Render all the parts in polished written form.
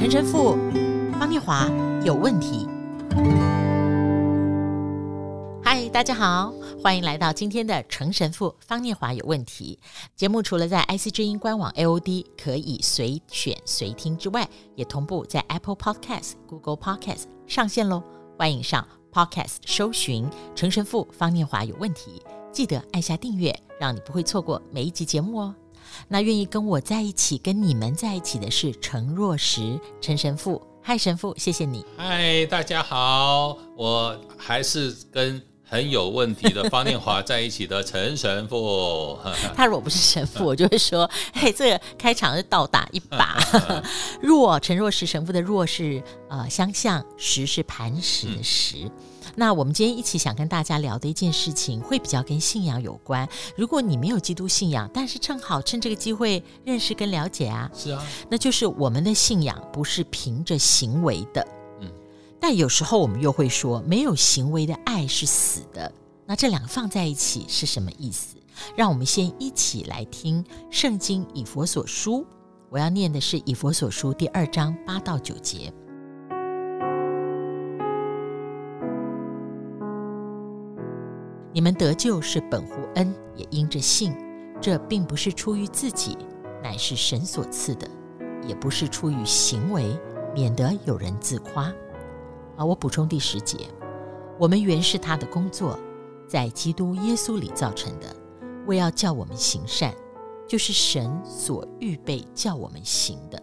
陈神父方念华有问题。嗨，大家好，欢迎来到今天的陈神父方念华有问题节目。除了在 IC 之音官网 AOD 可以随选随听之外，也同步在 Apple Podcast、Google Podcast 上线咯。欢迎上 Podcast 搜寻陈神父方念华有问题，记得按下订阅，让你不会错过每一集节目哦。那愿意跟我在一起，跟你们在一起的是陈若石陈神父。嗨，神父，谢谢你。 嗨，大家好，我还是跟很有问题的方念华在一起的陈神父。 他如果不是神父，我就会说，嘿，这个开场是倒打一把。若，陈若石神父的若是相像，石是磐石的石。那我们今天一起想跟大家聊的一件事情，会比较跟信仰有关。如果你没有基督信仰，但是正好趁这个机会认识跟了解啊， 是啊， 那就是我们的信仰不是凭着行为的。但有时候我们又会说，没有行为的爱是死的。那这两个放在一起是什么意思？让我们先一起来听圣经以弗所书，我要念的是以弗所书第2章8到9节。你们得救是本乎恩，也因着信，这并不是出于自己，乃是神所赐的，也不是出于行为，免得有人自夸。我补充第10节，我们原是他的工作，在基督耶稣里造成的，为要叫我们行善，就是神所预备叫我们行的。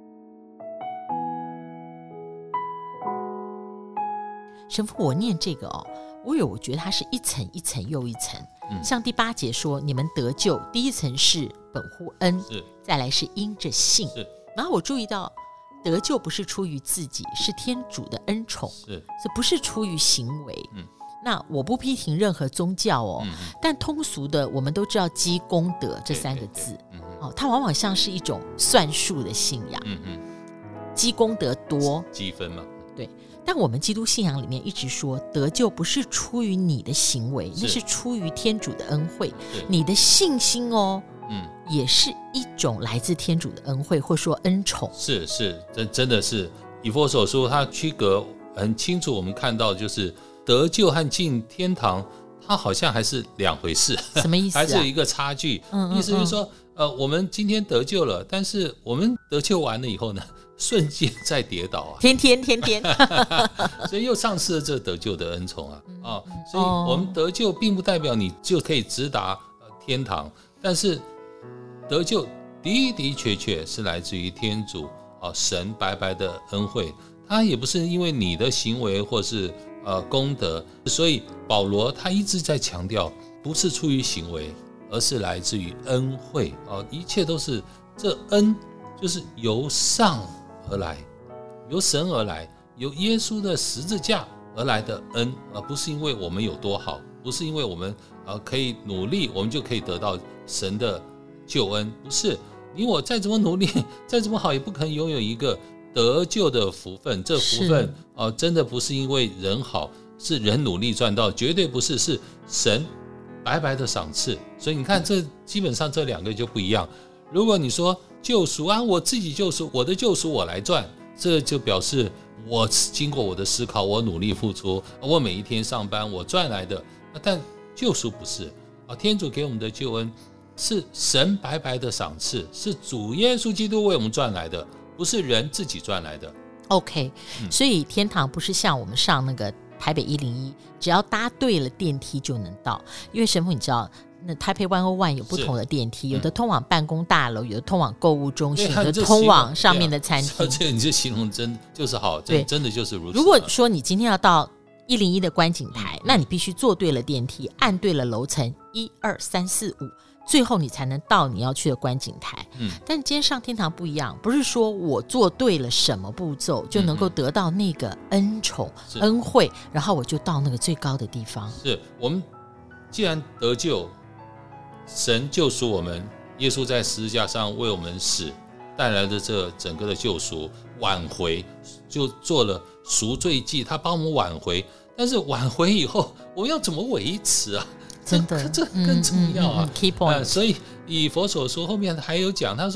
神父，我念这个我觉得它是一层一层又一层。像第8节说，你们得救，第一层是本乎恩，再来是因着信。然后我注意到得救不是出于自己，是天主的恩宠，这不是出于行为。那我不批评任何宗教但通俗的我们都知道积功德这3个字，它往往像是一种算术的信仰，积功德多积分嘛。 对，但我们基督信仰里面一直说，得救不是出于你的行为，那是出于天主的恩惠，你的信心也是一种来自天主的恩惠，或说恩宠。 是，真的是以弗所书它区隔很清楚，我们看到就是得救和进天堂，它好像还是两回事。 什么意思？ 还是有一个差距。意思就是说，我们今天得救了，但是我们得救完了以后呢，瞬间再跌倒啊，天天，所以又丧失了这得救的恩宠啊。所以我们得救并不代表你就可以直达天堂，但是得救的的确确是来自于天主神白白的恩惠，它也不是因为你的行为或是功德。所以保罗他一直在强调，不是出于行为，而是来自于恩惠一切都是这恩，就是由上而来，由神而来，由耶稣的十字架而来的恩，而不是因为我们有多好，不是因为我们可以努力我们就可以得到神的救恩，不是。你我再怎么努力再怎么好，也不可能拥有一个得救的福分。这福分真的不是因为人好，是人努力赚到，绝对不是，是神白白的赏赐。所以你看，这基本上这两个就不一样。如果你说救赎我自己救赎，我的救赎我来赚，这就表示我经过我的思考，我努力付出，我每一天上班我赚来的。但救赎不是天主给我们的救恩是神白白的赏赐，是主耶稣基督为我们赚来的，不是人自己赚来的。 OK，所以天堂不是像我们上那个台北101，只要搭对了电梯就能到。因为神父你知道，那台北101有不同的电梯，有的通往办公大楼，有的通往购物中心，有的通往上面的餐厅。 这你这形容真就是好，真的就是如此。 如果说你今天要到101的观景台，那你必须坐对了电梯，按对了楼层1、2、3、4、5，最后你才能到你要去的观景台。但今天上天堂不一样，不是说我做对了什么步骤就能够得到那个恩宠恩惠，然后我就到那个最高的地方。 是我们既然得救，神救赎我们，耶稣在十字架上为我们死，带来的这整个的救赎挽回，就做了赎罪祭，他帮我们挽回。但是挽回以后我们要怎么维持啊？ 真的这更重要啊。 Key point。 所以以弗所书后面还有讲，他说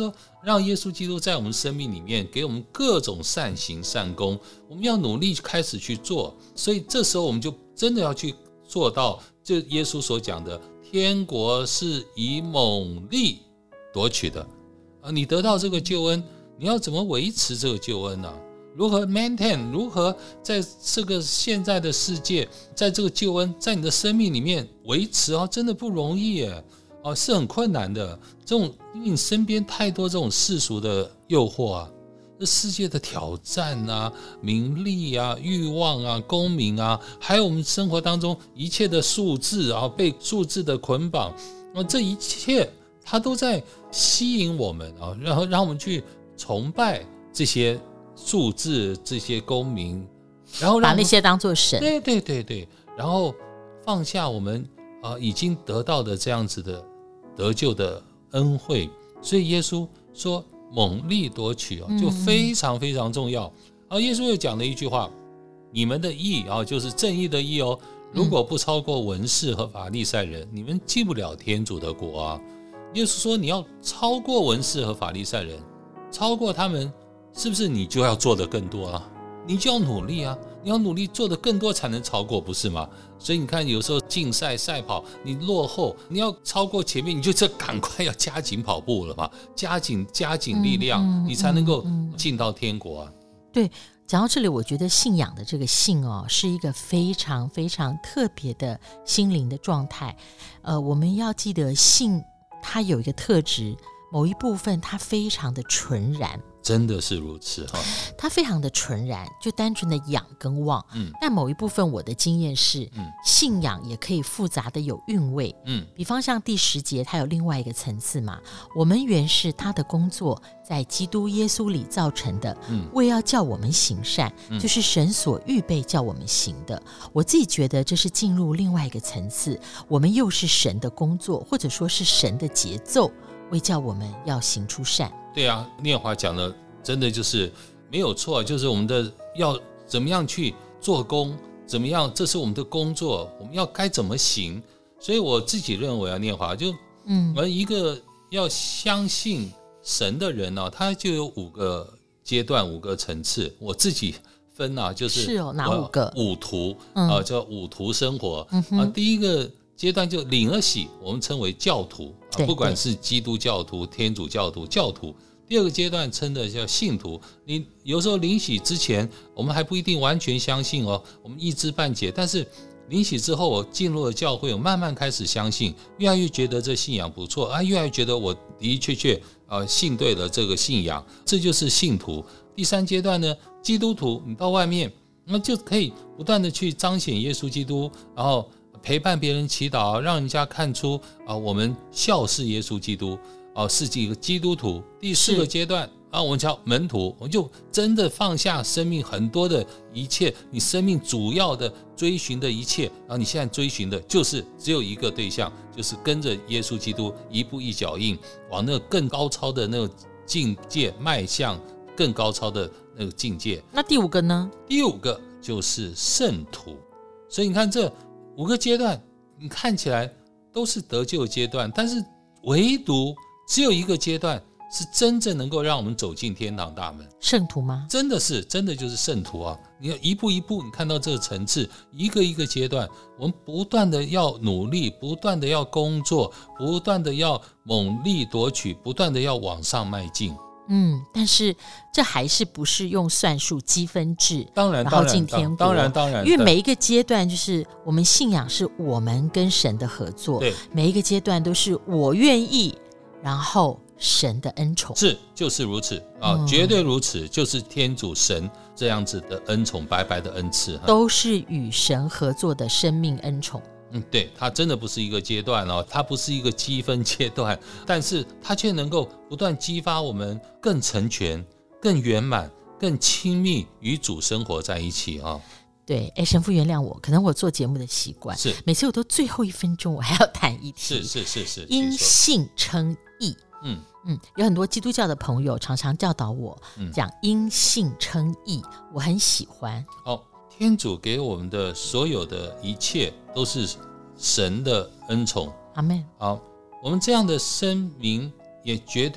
让耶稣基督在我们生命里面给我们各种善行善功，我们要努力开始去做。所以这时候我们就真的要去做到就耶稣所讲的，天国是以猛力夺取的。你得到这个救恩，你要怎么维持这个救恩呢？如何 maintain， 如何在这个现在的世界，在这个救恩在你的生命里面维持真的不容易耶，是很困难的。因为你身边太多这种世俗的诱惑啊，这世界的挑战啊，名利啊，欲望啊，功名啊，还有我们生活当中一切的数字啊，被数字的捆绑，这一切它都在吸引我们啊，然后让我们去崇拜这些数字，这些功名，然后把那些当作神。 对，然后放下我们已经得到的这样子的得救的恩惠。所以耶稣说猛力夺取就非常非常重要。耶稣又讲了一句话，你们的义就是正义的义如果不超过文士和法利赛人，你们进不了天主的国啊。耶稣说你要超过文士和法利赛人，超过他们，是不是你就要做得更多啊？你就要努力啊，你要努力做得更多才能超过，不是吗？所以你看有时候竞赛赛跑，你落后，你要超过前面，你就赶快要加紧跑步了嘛，加紧力量，你才能够进到天国啊。 对，讲到这里，我觉得信仰的这个信是一个非常非常特别的心灵的状态。我们要记得信它有一个特质，某一部分它非常的纯然， 真的是如此它非常的纯然，就单纯的仰跟望。但某一部分我的经验是，信仰也可以复杂的有韵味。比方像第10节，它有另外一个层次嘛，我们原是他的工作，在基督耶稣里造成的，为要叫我们行善，就是神所预备叫我们行的。我自己觉得这是进入另外一个层次，我们又是神的工作，或者说是神的节奏，为叫我们要行出善。 对啊，念华讲的真的就是没有错，就是我们的要怎么样去做工，怎么样，这是我们的工作，我们要该怎么行。所以我自己认为念华就我们一个要相信神的人他就有5个阶段，5个层次。我自己分就是哪5个 ？5途叫5途生活。第一个阶段就领了洗，我们称为教徒，不管是基督教徒、天主教徒、教徒。第二个阶段称的叫信徒，你有时候领洗之前，我们还不一定完全相信我们一知半解，但是领洗之后，我进入了教会，我慢慢开始相信，越来越觉得这信仰不错越来越觉得我的确信对了这个信仰，这就是信徒。第3阶段呢，基督徒，你到外面那就可以不断的去彰显耶稣基督，然后陪伴别人祈祷，让人家看出我们孝视耶稣基督是一个基督徒。第4个阶段我们叫门徒，我们就真的放下生命很多的一切，你生命主要的追寻的一切，然后你现在追寻的就是只有一个对象，就是跟着耶稣基督一步一脚印，往那个更高超的那个境界迈向，更高超的那个境界。 那第5个呢？ 第5个就是圣徒。所以你看这5个阶段，你看起来都是得救的阶段，但是唯独只有一个阶段是真正能够让我们走进天堂大门。 圣徒吗？ 真的就是圣徒啊！你要一步一步，你看到这个层次，一个一个阶段，我们不断的要努力，不断的要工作，不断的要猛力夺取，不断的要往上迈进。 但是这还是不是用算术积分制， 当然， 然后进天国， 当然， 因为每一个阶段就是我们信仰是我们跟神的合作， 对， 每一个阶段都是我愿意，然后神的恩宠， 就是如此绝对如此，就是天主神这样子的恩宠，白白的恩赐， 都是与神合作的生命恩宠。 对，它真的不是一个阶段它不是一个积分阶段，但是它却能够不断激发我们更成全、更圆满、更亲密与主生活在一起对，神父原谅我，可能我做节目的习惯是每次我都最后1分钟我还要谈一题， 是因信称义。有很多基督教的朋友常常教导我讲因信称义，我很喜欢。 天主给我们的所有的一切都是神的恩宠， 阿们。 我们这样的声明也绝对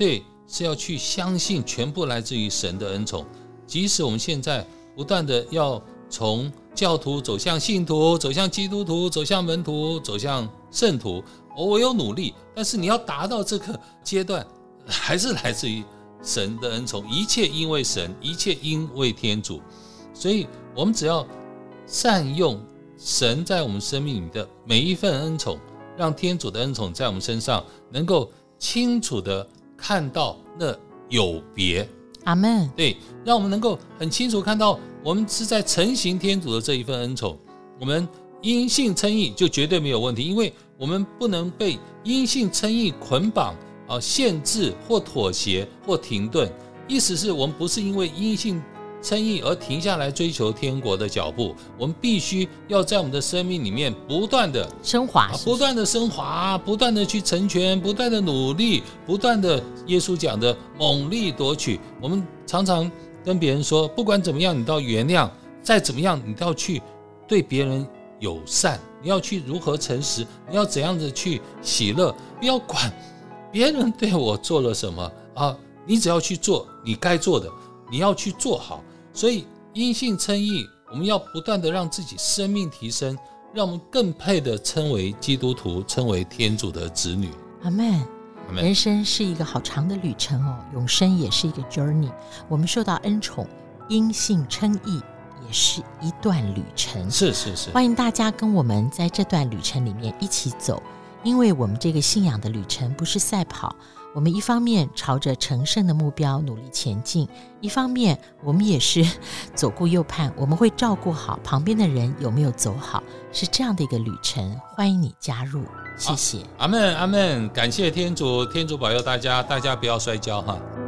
是要去相信全部来自于神的恩宠。即使我们现在不断的要从教徒走向信徒，走向基督徒，走向门徒，走向圣徒，我有努力，但是你要达到这个阶段，还是来自于神的恩宠，一切因为神，一切因为天主。所以我们只要善用神在我们生命里的每一份恩宠，让天主的恩宠在我们身上能够清楚的看到那有别。 阿们。 对，让我们能够很清楚看到我们是在承行天主的这一份恩宠。我们因信称义就绝对没有问题，因为我们不能被因信称义捆绑限制或妥协或停顿。意思是我们不是因为因信称义而停下来追求天国的脚步，我们必须要在我们的生命里面不断的升华， 不断的升华，不断的去成全，不断的努力，不断的耶稣讲的猛力夺取。我们常常跟别人说，不管怎么样你都要原谅，再怎么样你都要去对别人友善，你要去如何诚实，你要怎样的去喜乐，不要管别人对我做了什么你只要去做你该做的，你要去做好。所以因信称义，我们要不断的让自己生命提升，让我们更配的称为基督徒，称为天主的子女。 阿们。人生是一个好长的旅程永生也是一个 journey。 我们受到恩宠，因信称义也是一段旅程。 是， 欢迎大家跟我们在这段旅程里面一起走，因为我们这个信仰的旅程不是赛跑，我们一方面朝着成圣的目标努力前进，一方面我们也是左顾右盼，我们会照顾好旁边的人有没有走好，是这样的一个旅程。欢迎你加入，谢谢。 阿们，阿们，感谢天主，天主保佑大家，大家不要摔跤哈。